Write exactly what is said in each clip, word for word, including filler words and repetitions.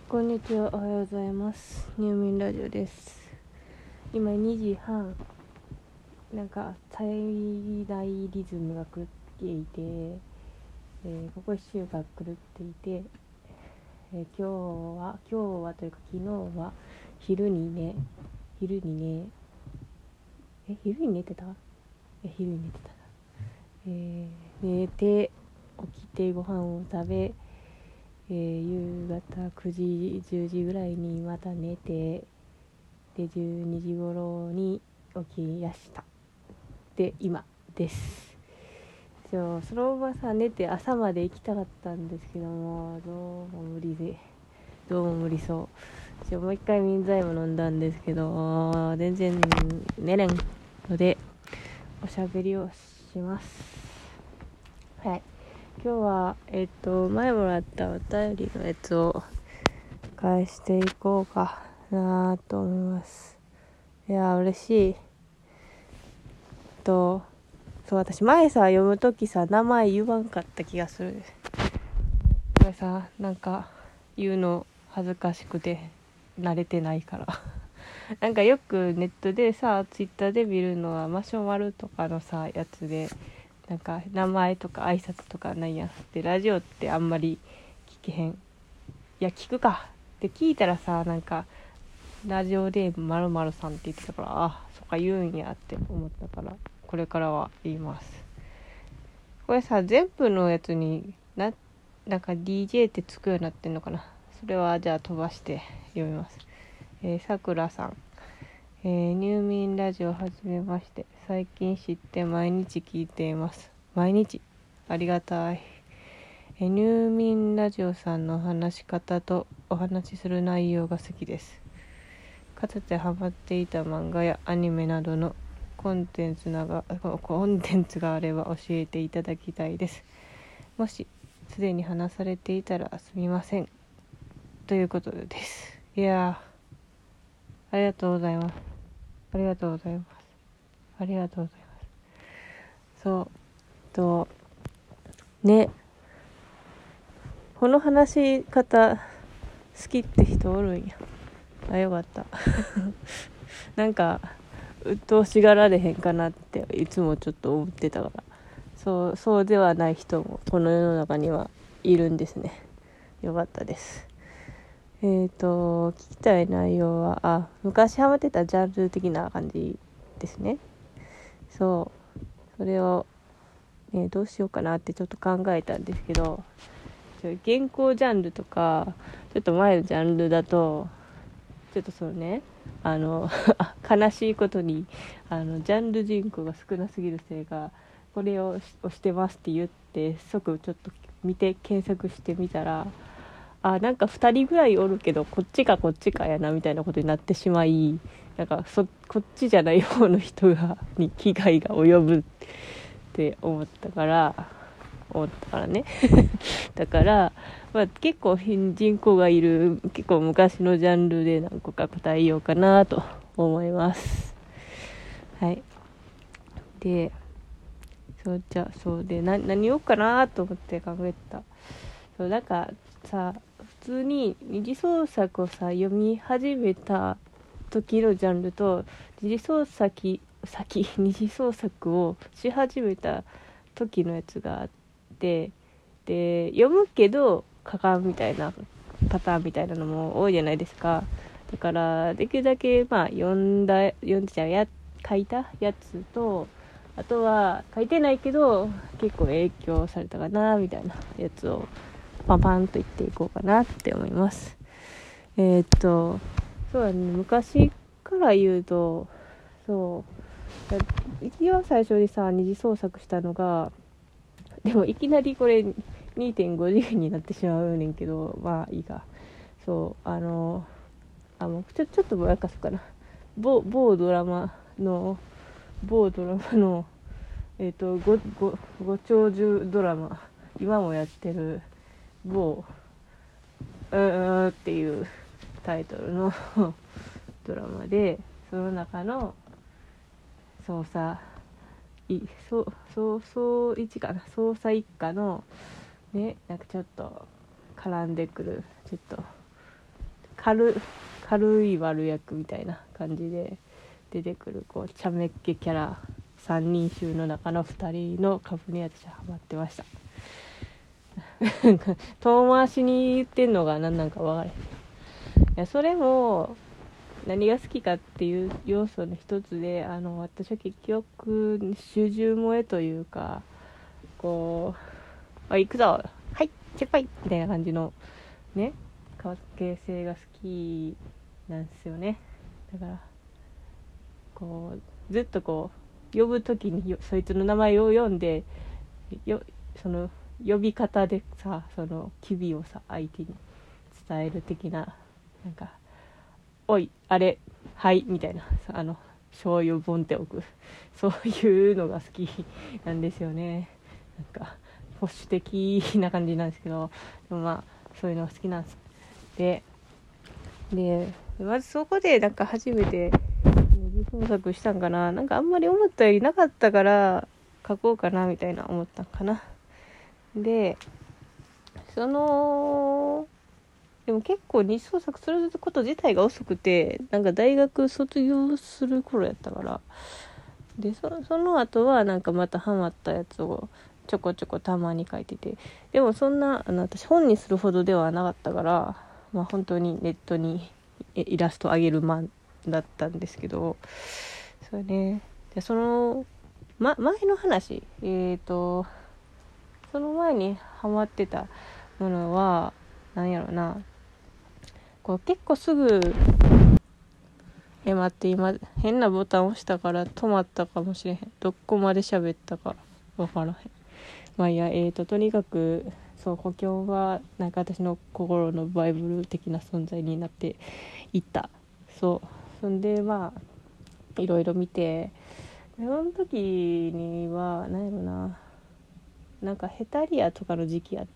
こんにちは、おはようございます。入眠ラジオです。今にじはん、なんか最大リズムが狂っていて、えー、ここいっしゅうかん狂っていて、えー、今日は今日はというか昨日は昼にね昼にねえ昼に寝てたえ昼に寝てたな、えー、寝て起きてご飯を食べ、えー、夕方くじじゅうじぐらいにまた寝て、でじゅうにじ頃に起きやしたで今です。そうそのままさ寝て朝まで行きたかったんですけども、どうも無理でどうも無理そう。もう一回水剤も飲んだんですけど全然寝れんのでおしゃべりをします。はい、今日はえっと前もらったお便りのやつを返していこうかなと思います。いや嬉しいと。そう、私前さ読むときさ名前言わんかった気がする。これさなんか言うの恥ずかしくて慣れてないからなんかよくネットでさツイッターで見るのはマシュマロとかのさやつで、なんか名前とか挨拶とかないやんで、ラジオってあんまり聞けへん。いや聞くかって聞いたらさ、なんかラジオで〇〇さんって言ってたから、あそっか言うんやって思ったから、これからは言います。これさ全部のやつにななんか ディージェー ってつくようになってんのかな。それはじゃあ飛ばして読みます。えー、さくらさん、えー、入眠ラジオはじめまして、最近知って毎日聞いています。毎日ありがたい。えー、入眠ラジオさんの話し方とお話しする内容が好きです。かつてハマっていた漫画やアニメなどのコンテンツながコンテンツがあれば教えていただきたいです。もしすでに話されていたらすみません、ということです。いやー、ありがとうございます。ありがとうございます。ありがとうございます。そうとね、この話し方好きって人おるんや。あ、よかったなんか鬱陶しがられへんかなっていつもちょっと思ってたから、そうそうではない人もこの世の中にはいるんですね。よかったです。えーと聞きたい内容は、あ昔ハマってたジャンル的な感じですね。そうそれを、ね、どうしようかなってちょっと考えたんですけど、現行ジャンルとかちょっと前のジャンルだとちょっとそうね、あの悲しいことにあのジャンル人口が少なすぎるせいか、これを押してますって言って即ちょっと見て検索してみたら、あなんかふたりぐらいおるけどこっちかこっちかやなみたいなことになってしまい、なんかそこっちじゃない方の人がに危害が及ぶって思ったから思ったからねだから、まあ、結構人口がいる結構昔のジャンルで何個か答えようかなと思います。はい。でそうじゃそうでな何言おうかなと思って考えた。そうなんかさ普通に二次創作をさ読み始めた時のジャンルと二次創作先二次創作をし始めた時のやつがあって、で読むけど書かんみたいなパターンみたいなのも多いじゃないですか。だからできるだけまあ読んだ読んでちゃうや書いたやつと、あとは書いてないけど結構影響されたかなみたいなやつをパンパンと言っていこうかなって思います。えー、っとそうだね、昔から言うと、そう一番最初にさ二次創作したのが、でもいきなりこれ にてんご 次元になってしまうねんけど、まあいいか。そうあのあもうちょちょっとぼやかすかな。某某ドラマの某ドラマのえっ、ー、とごごご長寿ドラマ、今もやってる某うーんっていうタイトルのドラマで、その中の捜査いそうそうそう一かな捜査一課のね、なんかちょっと絡んでくるちょっと軽軽い悪役みたいな感じで出てくるこう茶目っ気キャラ三人衆の中のふたりの株に私はハマってました遠回しに言ってんのが何なんか分からへん。いやそれも何が好きかっていう要素の一つで、あの私は結局主従萌えというか、こうあ行くぞはいチェッパイみたいな感じのね関係性が好きなんですよね。だからこうずっとこう呼ぶときにそいつの名前を呼んでよその呼び方でさ、その機微をさ相手に伝える的な、なんかおいあれはいみたいな、あの醤油ボンって置く、そういうのが好きなんですよね。なんか保守的な感じなんですけど、でもまあそういうのが好きなんです。ででまずそこでなんか初めて二次創作したんかな、なんかあんまり思ったよりなかったから書こうかなみたいな思ったんかな。でそのでも結構二次創作すること自体が遅くて、なんか大学卒業する頃やったから、で そ, その後はなんかまたハマったやつをちょこちょこたまに書いてて、でもそんなあの私本にするほどではなかったから、まあ本当にネットにイラスト上げるマンだったんですけど、それね、でその、ま、前の話えっ、ー、とその前にハマってたものはなんやろな、こう結構すぐえ待って今変なボタン押したから止まったかもしれへん。どこまで喋ったか分からへん。まあいやえーととにかくそう補強はなんか私の心のバイブル的な存在になっていった。そうそんでまあいろいろ見て、その時には何やろな、なんかヘタリアとかの時期あって、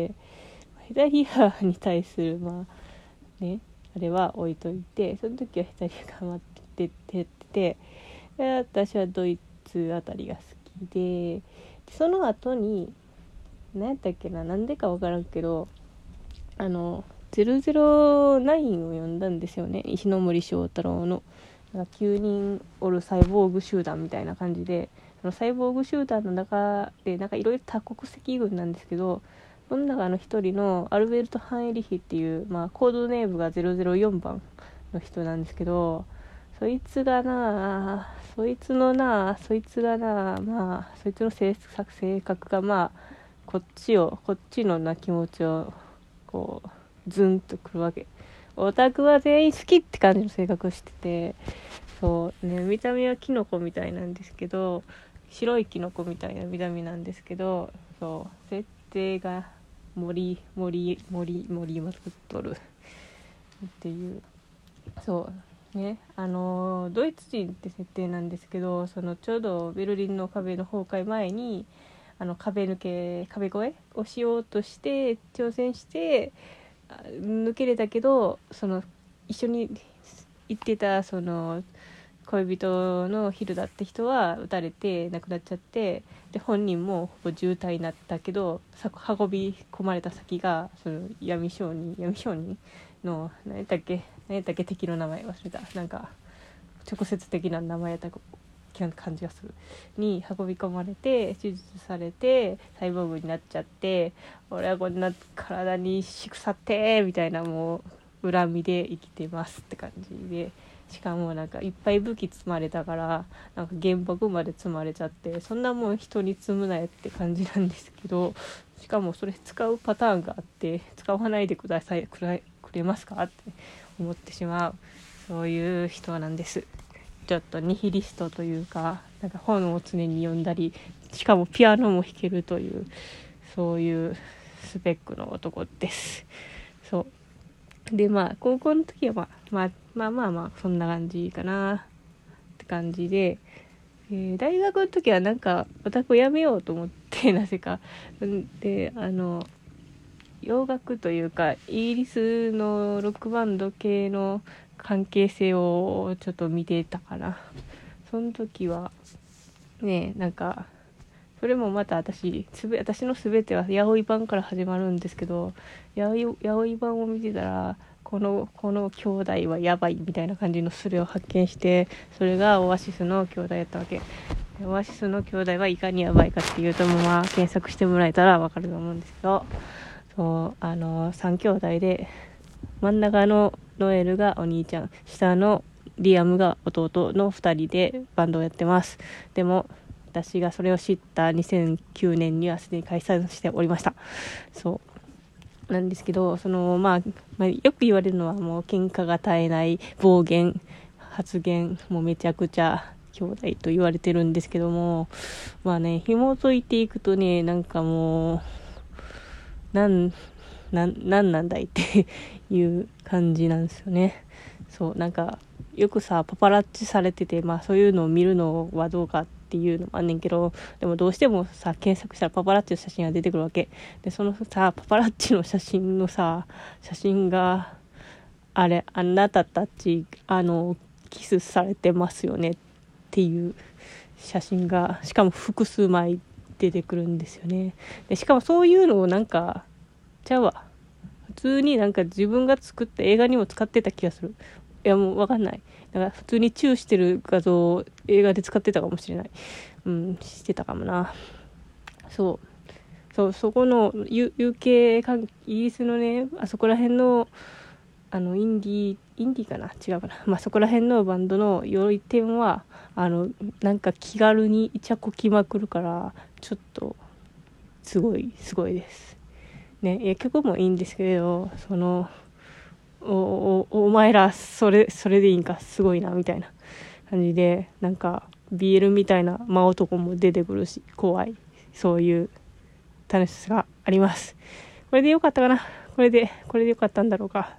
ヘタリアに対するまあねあれは置いといて、その時はヘタリアがハマってててで私はドイツあたりが好きで、その後に何やったっけな、なんでか分からんけどあのゼロゼロナインを読んだんですよね。石ノ森章太郎のなんかきゅうにんおるサイボーグ集団みたいな感じで、そのサイボーグ集団の中でなんかいろいろ多国籍軍なんですけど、その中の一人のアルベルト・ハンエリヒっていう、まあ、コードネームがゼロゼロよんばんの人なんですけど、そいつがなそいつのなそいつがなまあそいつの性格性格がまあこっちをこっちのな気持ちをこうズンとくるわけ。オタクは全員好きって感じの性格をしてて、そうね、見た目はキノコみたいなんですけど、白いキノコみたいな見た目なんですけど、そう設定が森森森森まくっとるっていう、そうね、あのドイツ人って設定なんですけど、そのちょうどベルリンの壁の崩壊前にあの壁抜け壁越えをしようとして挑戦して抜けれたけど、その一緒に行ってたその恋人のヒルダって人は撃たれて亡くなっちゃって、で本人もほぼ重体になったけど運び込まれた先がその闇商人闇商人の何やったっけ何やったっけ敵の名前忘れた、なんか直接的な名前やった感じがするに運び込まれて手術されてサイボーグになっちゃって、俺はこんな体にし腐ってみたいな、もう恨みで生きてますって感じで、しかもなんかいっぱい武器積まれたからなんか原爆まで積まれちゃって、そんなもん人に積むなよって感じなんですけど、しかもそれ使うパターンがあって、使わないでくださいくらくれますかって思ってしまう、そういう人なんです。ちょっとニヒリストというか、なんか本を常に読んだり、しかもピアノも弾けるという、そういうスペックの男です。そうでまあ高校の時はまあまあまあまあまあそんな感じかなって感じで、えー、大学の時はなんかオタクやめようと思ってなぜかで、あの洋楽というかイギリスのロックバンド系の関係性をちょっと見てたかな。その時はね、なんかそれもまた私すべ私の全てはヤオイ版から始まるんですけど、ヤオイヤオイ版を見てたらこのこの兄弟はやばいみたいな感じのスレを発見して、それがオアシスの兄弟やったわけ。オアシスの兄弟はいかにやばいかっていうと、まあ検索してもらえたらわかると思うんですけど、そうあのさん兄弟で、真ん中のノエルがお兄ちゃん、下のリアムが弟のふたりでバンドをやってます。でも私がそれを知ったにせんきゅうねんにはすでに解散しておりました。そうなんですけど、その、まあ、まあよく言われるのは、もう喧嘩が絶えない暴言発言、もうめちゃくちゃ兄弟と言われてるんですけども、まあね、紐解いていくとね、なんかもうなんなんなんなんだいっていう感じなんですよね。そうなんかよくさパパラッチされてて、まあそういうのを見るのはどうかっていうのもあんねんけど、でもどうしてもさ検索したらパパラッチの写真が出てくるわけで、そのさパパラッチの写真のさ写真があれ、あなたたちあのキスされてますよねっていう写真がしかも複数枚出てくるんですよね。でしかもそういうのをなんかちゃうわ、普通になんか自分が作った映画にも使ってた気がする。いやもう分かんない。だから普通にチューしてる画像を映画で使ってたかもしれない。うんしてたかもな。そうそうそこの ユーケー イギリスのね、あそこら辺のあのインディーインディーかな違うかな、まあそこら辺のバンドの良い点は、あのなんか気軽にイチャこきまくるからちょっとすごいすごいですね。いや曲もいいんですけれど、そのおおお前らそれそれでいいんかすごいなみたいな感じで、なんか ビーエル みたいな真男も出てくるし怖い、そういう楽しさがあります。これでよかったかな、これでこれでよかったんだろうか。